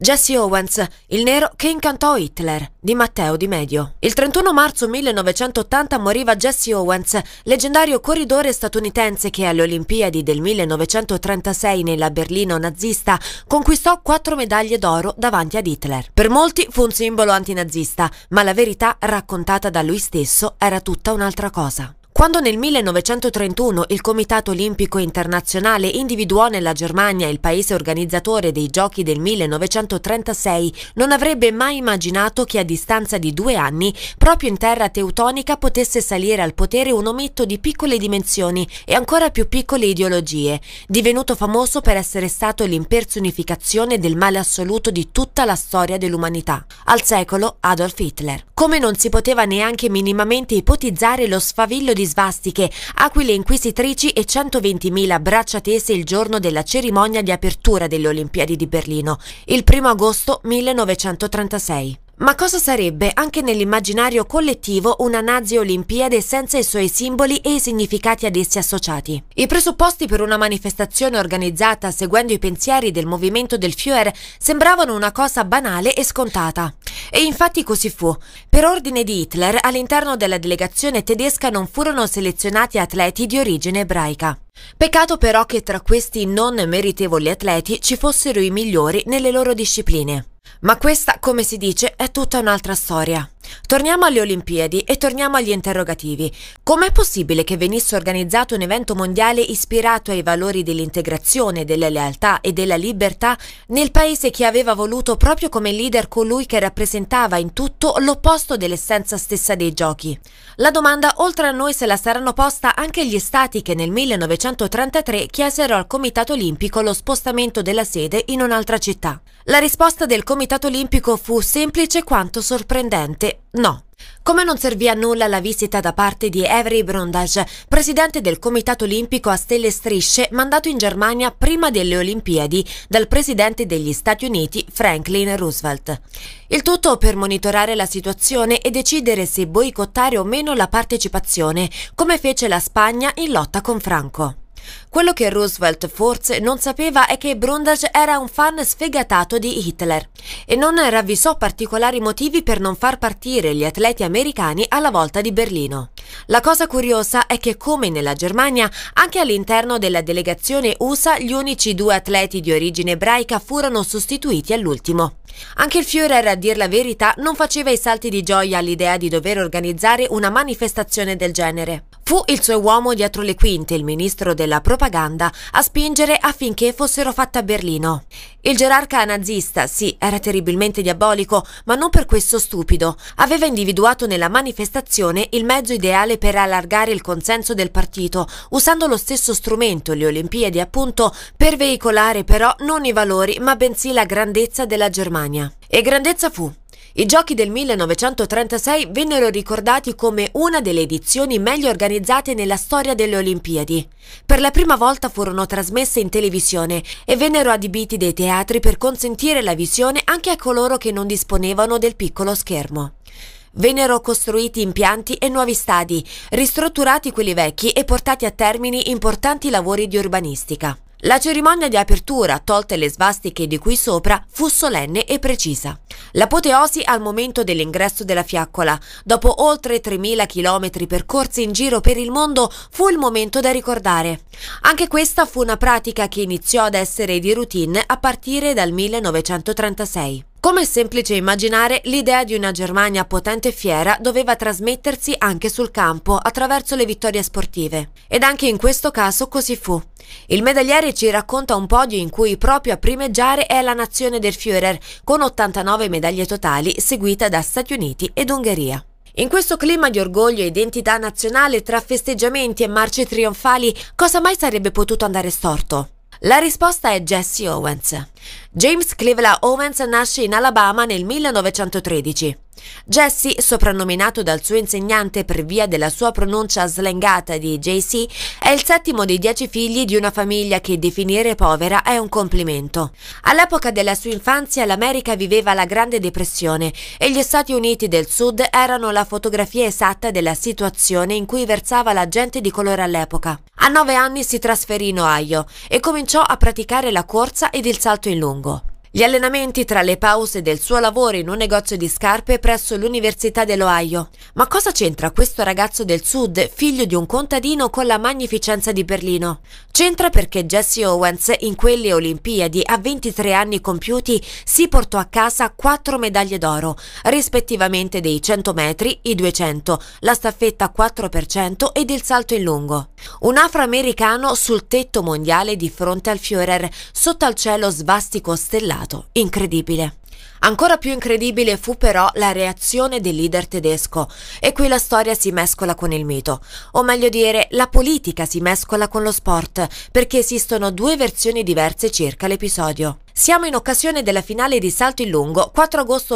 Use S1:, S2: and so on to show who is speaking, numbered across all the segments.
S1: Jesse Owens, il nero che incantò Hitler, di Matteo Di Medio. Il 31 marzo 1980 moriva Jesse Owens, leggendario corridore statunitense che alle Olimpiadi del 1936 nella Berlino nazista conquistò 4 medaglie d'oro davanti ad Hitler. Per molti fu un simbolo antinazista, ma la verità raccontata da lui stesso era tutta un'altra cosa. Quando nel 1931 il Comitato Olimpico Internazionale individuò nella Germania il paese organizzatore dei Giochi del 1936, non avrebbe mai immaginato che a distanza di 2 anni, proprio in terra teutonica, potesse salire al potere un ometto di piccole dimensioni e ancora più piccole ideologie, divenuto famoso per essere stato l'impersonificazione del male assoluto di tutta la storia dell'umanità. Al secolo Adolf Hitler. Come non si poteva neanche minimamente ipotizzare lo sfavillo di svastiche, aquile inquisitrici e 120.000 braccia tese il giorno della cerimonia di apertura delle Olimpiadi di Berlino, il 1 agosto 1936. Ma cosa sarebbe, anche nell'immaginario collettivo, una Nazi Olimpiade senza i suoi simboli e i significati ad essi associati? I presupposti per una manifestazione organizzata seguendo i pensieri del movimento del Führer sembravano una cosa banale e scontata. E infatti così fu. Per ordine di Hitler, all'interno della delegazione tedesca non furono selezionati atleti di origine ebraica. Peccato però che tra questi non meritevoli atleti ci fossero i migliori nelle loro discipline. Ma questa, come si dice, è tutta un'altra storia. Torniamo alle Olimpiadi e torniamo agli interrogativi. Com'è possibile che venisse organizzato un evento mondiale ispirato ai valori dell'integrazione, della lealtà e della libertà nel paese che aveva voluto proprio come leader colui che rappresentava in tutto l'opposto dell'essenza stessa dei giochi? La domanda oltre a noi se la saranno posta anche gli stati che nel 1933 chiesero al Comitato Olimpico lo spostamento della sede in un'altra città. La risposta del Comitato Olimpico fu semplice quanto sorprendente: no. Come non servì a nulla la visita da parte di Avery Brundage, presidente del Comitato Olimpico a stelle e strisce, mandato in Germania prima delle Olimpiadi dal presidente degli Stati Uniti Franklin Roosevelt. Il tutto per monitorare la situazione e decidere se boicottare o meno la partecipazione, come fece la Spagna in lotta con Franco. Quello che Roosevelt forse non sapeva è che Brundage era un fan sfegatato di Hitler e non ravvisò particolari motivi per non far partire gli atleti americani alla volta di Berlino. La cosa curiosa è che, come nella Germania, anche all'interno della delegazione USA gli unici 2 atleti di origine ebraica furono sostituiti all'ultimo. Anche il Führer, a dir la verità, non faceva i salti di gioia all'idea di dover organizzare una manifestazione del genere. Fu il suo uomo dietro le quinte, il ministro della propaganda, a spingere affinché fossero fatte a Berlino. Il gerarca nazista, sì, era terribilmente diabolico, ma non per questo stupido. Aveva individuato nella manifestazione il mezzo ideale per allargare il consenso del partito, usando lo stesso strumento, le Olimpiadi appunto, per veicolare però non i valori, ma bensì la grandezza della Germania. E grandezza fu. I Giochi del 1936 vennero ricordati come una delle edizioni meglio organizzate nella storia delle Olimpiadi. Per la prima volta furono trasmesse in televisione e vennero adibiti dei teatri per consentire la visione anche a coloro che non disponevano del piccolo schermo. Vennero costruiti impianti e nuovi stadi, ristrutturati quelli vecchi e portati a termine importanti lavori di urbanistica. La cerimonia di apertura, tolte le svastiche di qui sopra, fu solenne e precisa. L'apoteosi al momento dell'ingresso della fiaccola. Dopo oltre 3.000 chilometri percorsi in giro per il mondo, fu il momento da ricordare. Anche questa fu una pratica che iniziò ad essere di routine a partire dal 1936. Come è semplice immaginare, l'idea di una Germania potente e fiera doveva trasmettersi anche sul campo attraverso le vittorie sportive. Ed anche in questo caso così fu. Il medagliere ci racconta un podio in cui proprio a primeggiare è la nazione del Führer, con 89 medaglie totali, seguita da Stati Uniti ed Ungheria. In questo clima di orgoglio e identità nazionale, tra festeggiamenti e marce trionfali, cosa mai sarebbe potuto andare storto? La risposta è Jesse Owens. James Cleveland Owens nasce in Alabama nel 1913. Jesse, soprannominato dal suo insegnante per via della sua pronuncia slangata di JC, è il 7° dei 10 figli di una famiglia che definire povera è un complimento. All'epoca della sua infanzia l'America viveva la Grande Depressione e gli Stati Uniti del Sud erano la fotografia esatta della situazione in cui versava la gente di colore all'epoca. A 9 anni si trasferì in Ohio e cominciò a praticare la corsa ed il salto in lungo. Gli allenamenti tra le pause del suo lavoro in un negozio di scarpe presso l'Università dell'Ohio. Ma cosa c'entra questo ragazzo del sud, figlio di un contadino, con la magnificenza di Berlino? C'entra perché Jesse Owens in quelle Olimpiadi a 23 anni compiuti si portò a casa 4 medaglie d'oro, rispettivamente dei 100 metri, i 200, la staffetta 4% ed il salto in lungo. Un afroamericano sul tetto mondiale di fronte al Führer, sotto al cielo svastico stellato. Incredibile. Ancora più incredibile fu però la reazione del leader tedesco, e qui la storia si mescola con il mito, o meglio dire la politica si mescola con lo sport, perché esistono due versioni diverse circa l'episodio. Siamo in occasione della finale di salto in lungo, 4 agosto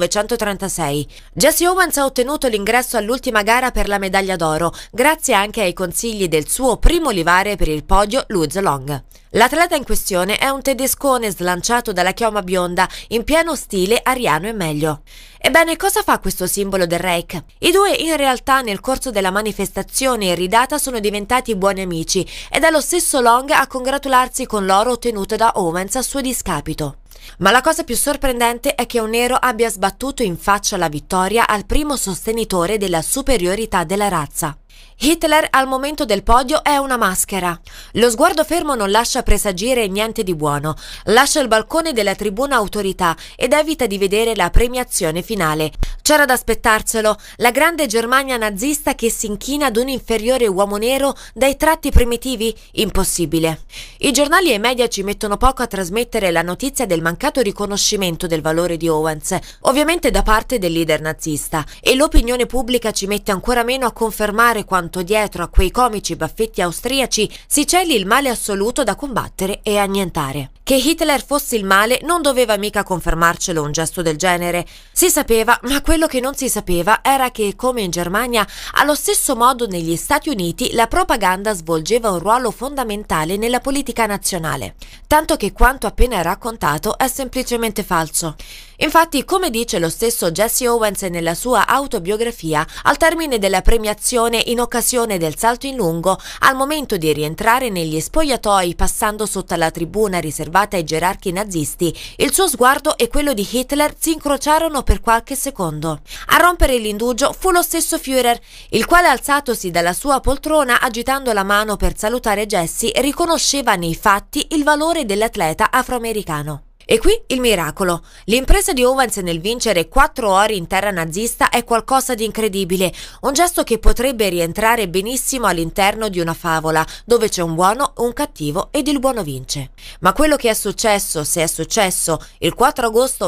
S1: 1936. Jesse Owens ha ottenuto l'ingresso all'ultima gara per la medaglia d'oro, grazie anche ai consigli del suo primo olivare per il podio, Lutz Long. L'atleta in questione è un tedescone slanciato dalla chioma bionda, in pieno stile ariano e meglio. Ebbene, cosa fa questo simbolo del Reich? I due in realtà nel corso della manifestazione iridata sono diventati buoni amici ed è lo stesso Long a congratularsi con l'oro ottenuto da Owens a suo discapito. Ma la cosa più sorprendente è che un nero abbia sbattuto in faccia la vittoria al primo sostenitore della superiorità della razza. Hitler al momento del podio è una maschera. Lo sguardo fermo non lascia presagire niente di buono, lascia il balcone della tribuna autorità ed evita di vedere la premiazione finale. C'era da aspettarselo, la grande Germania nazista che si inchina ad un inferiore uomo nero dai tratti primitivi? Impossibile. I giornali e i media ci mettono poco a trasmettere la notizia del mancato riconoscimento del valore di Owens, ovviamente da parte del leader nazista, e l'opinione pubblica ci mette ancora meno a confermare quanto dietro a quei comici baffetti austriaci si celi il male assoluto da combattere e annientare. Che Hitler fosse il male non doveva mica confermarcelo un gesto del genere. Si sapeva, ma quello che non si sapeva era che, come in Germania, allo stesso modo negli Stati Uniti la propaganda svolgeva un ruolo fondamentale nella politica nazionale, tanto che quanto appena raccontato è semplicemente falso. Infatti, come dice lo stesso Jesse Owens nella sua autobiografia, al termine della premiazione in occasione del salto in lungo, al momento di rientrare negli spogliatoi passando sotto la tribuna riservata ai gerarchi nazisti, il suo sguardo e quello di Hitler si incrociarono per qualche secondo. A rompere l'indugio fu lo stesso Führer, il quale, alzatosi dalla sua poltrona agitando la mano per salutare Jesse, riconosceva nei fatti il valore dell'atleta afroamericano. E qui il miracolo. L'impresa di Owens nel vincere 4 ori in terra nazista è qualcosa di incredibile, un gesto che potrebbe rientrare benissimo all'interno di una favola, dove c'è un buono, un cattivo ed il buono vince. Ma quello che è successo, se è successo, il 4 agosto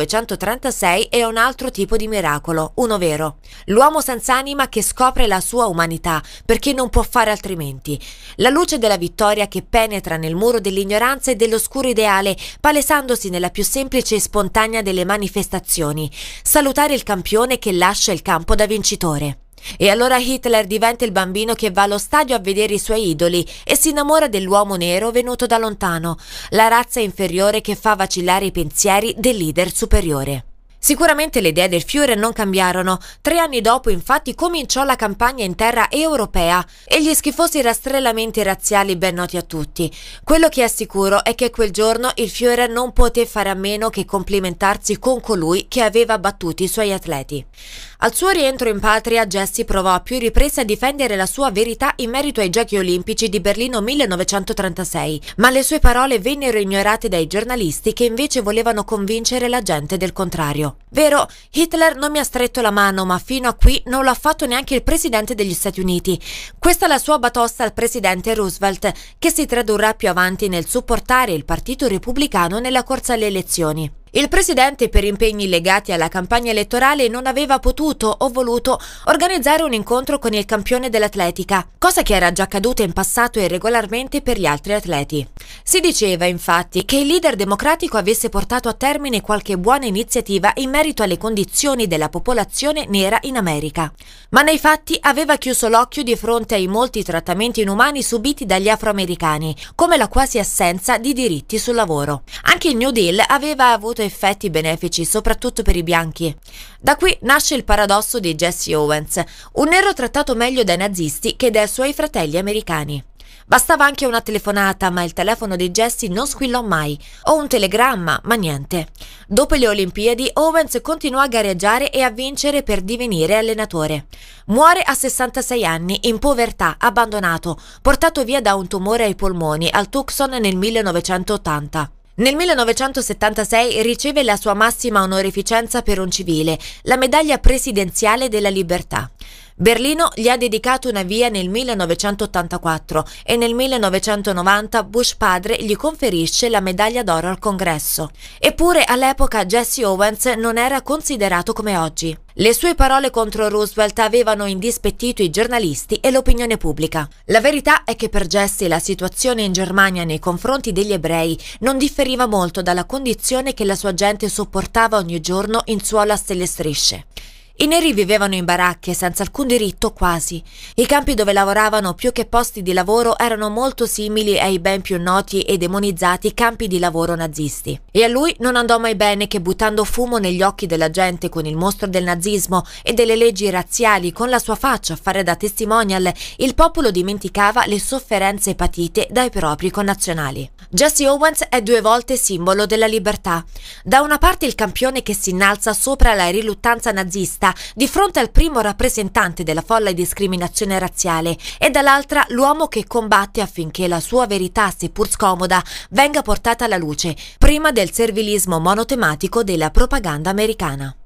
S1: 1936 è un altro tipo di miracolo, uno vero. L'uomo senza anima che scopre la sua umanità, perché non può fare altrimenti. La luce della vittoria che penetra nel muro dell'ignoranza e dell'oscuro ideale, palesando nella più semplice e spontanea delle manifestazioni, salutare il campione che lascia il campo da vincitore. E allora Hitler diventa il bambino che va allo stadio a vedere i suoi idoli e si innamora dell'uomo nero venuto da lontano, la razza inferiore che fa vacillare i pensieri del leader superiore. Sicuramente le idee del Führer non cambiarono. 3 anni dopo, infatti, cominciò la campagna in terra europea e gli schifosi rastrellamenti razziali ben noti a tutti. Quello che è sicuro è che quel giorno il Führer non poté fare a meno che complimentarsi con colui che aveva battuto i suoi atleti. Al suo rientro in patria, Jesse provò a più riprese a difendere la sua verità in merito ai Giochi Olimpici di Berlino 1936, ma le sue parole vennero ignorate dai giornalisti che invece volevano convincere la gente del contrario. Vero, Hitler non mi ha stretto la mano, ma fino a qui non lo ha fatto neanche il presidente degli Stati Uniti. Questa è la sua batosta al presidente Roosevelt, che si tradurrà più avanti nel supportare il Partito Repubblicano nella corsa alle elezioni. Il presidente, per impegni legati alla campagna elettorale, non aveva potuto o voluto organizzare un incontro con il campione dell'atletica, cosa che era già accaduta in passato e regolarmente per gli altri atleti. Si diceva infatti che il leader democratico avesse portato a termine qualche buona iniziativa in merito alle condizioni della popolazione nera in America, ma nei fatti aveva chiuso l'occhio di fronte ai molti trattamenti inumani subiti dagli afroamericani, come la quasi assenza di diritti sul lavoro. Anche il New Deal aveva avuto effetti benefici soprattutto per i bianchi. Da qui nasce il paradosso di Jesse Owens, un nero trattato meglio dai nazisti che dai suoi fratelli americani. Bastava anche una telefonata, ma il telefono di Jesse non squillò mai, o un telegramma, ma niente. Dopo le Olimpiadi, Owens continuò a gareggiare e a vincere per divenire allenatore. Muore a 66 anni, in povertà, abbandonato, portato via da un tumore ai polmoni al Tucson nel 1980. Nel 1976 riceve la sua massima onorificenza per un civile, la medaglia presidenziale della libertà. Berlino gli ha dedicato una via nel 1984 e nel 1990 Bush padre gli conferisce la medaglia d'oro al Congresso. Eppure all'epoca Jesse Owens non era considerato come oggi. Le sue parole contro Roosevelt avevano indispettito i giornalisti e l'opinione pubblica. La verità è che per Jesse la situazione in Germania nei confronti degli ebrei non differiva molto dalla condizione che la sua gente sopportava ogni giorno in suolo a stelle strisce. I neri vivevano in baracche senza alcun diritto quasi. I campi dove lavoravano più che posti di lavoro erano molto simili ai ben più noti e demonizzati campi di lavoro nazisti. E a lui non andò mai bene che, buttando fumo negli occhi della gente con il mostro del nazismo e delle leggi razziali, con la sua faccia a fare da testimonial, il popolo dimenticava le sofferenze patite dai propri connazionali. Jesse Owens è 2 volte simbolo della libertà. Da una parte il campione che si innalza sopra la riluttanza nazista di fronte al primo rappresentante della folle discriminazione razziale, e dall'altra l'uomo che combatte affinché la sua verità, seppur scomoda, venga portata alla luce, prima del servilismo monotematico della propaganda americana.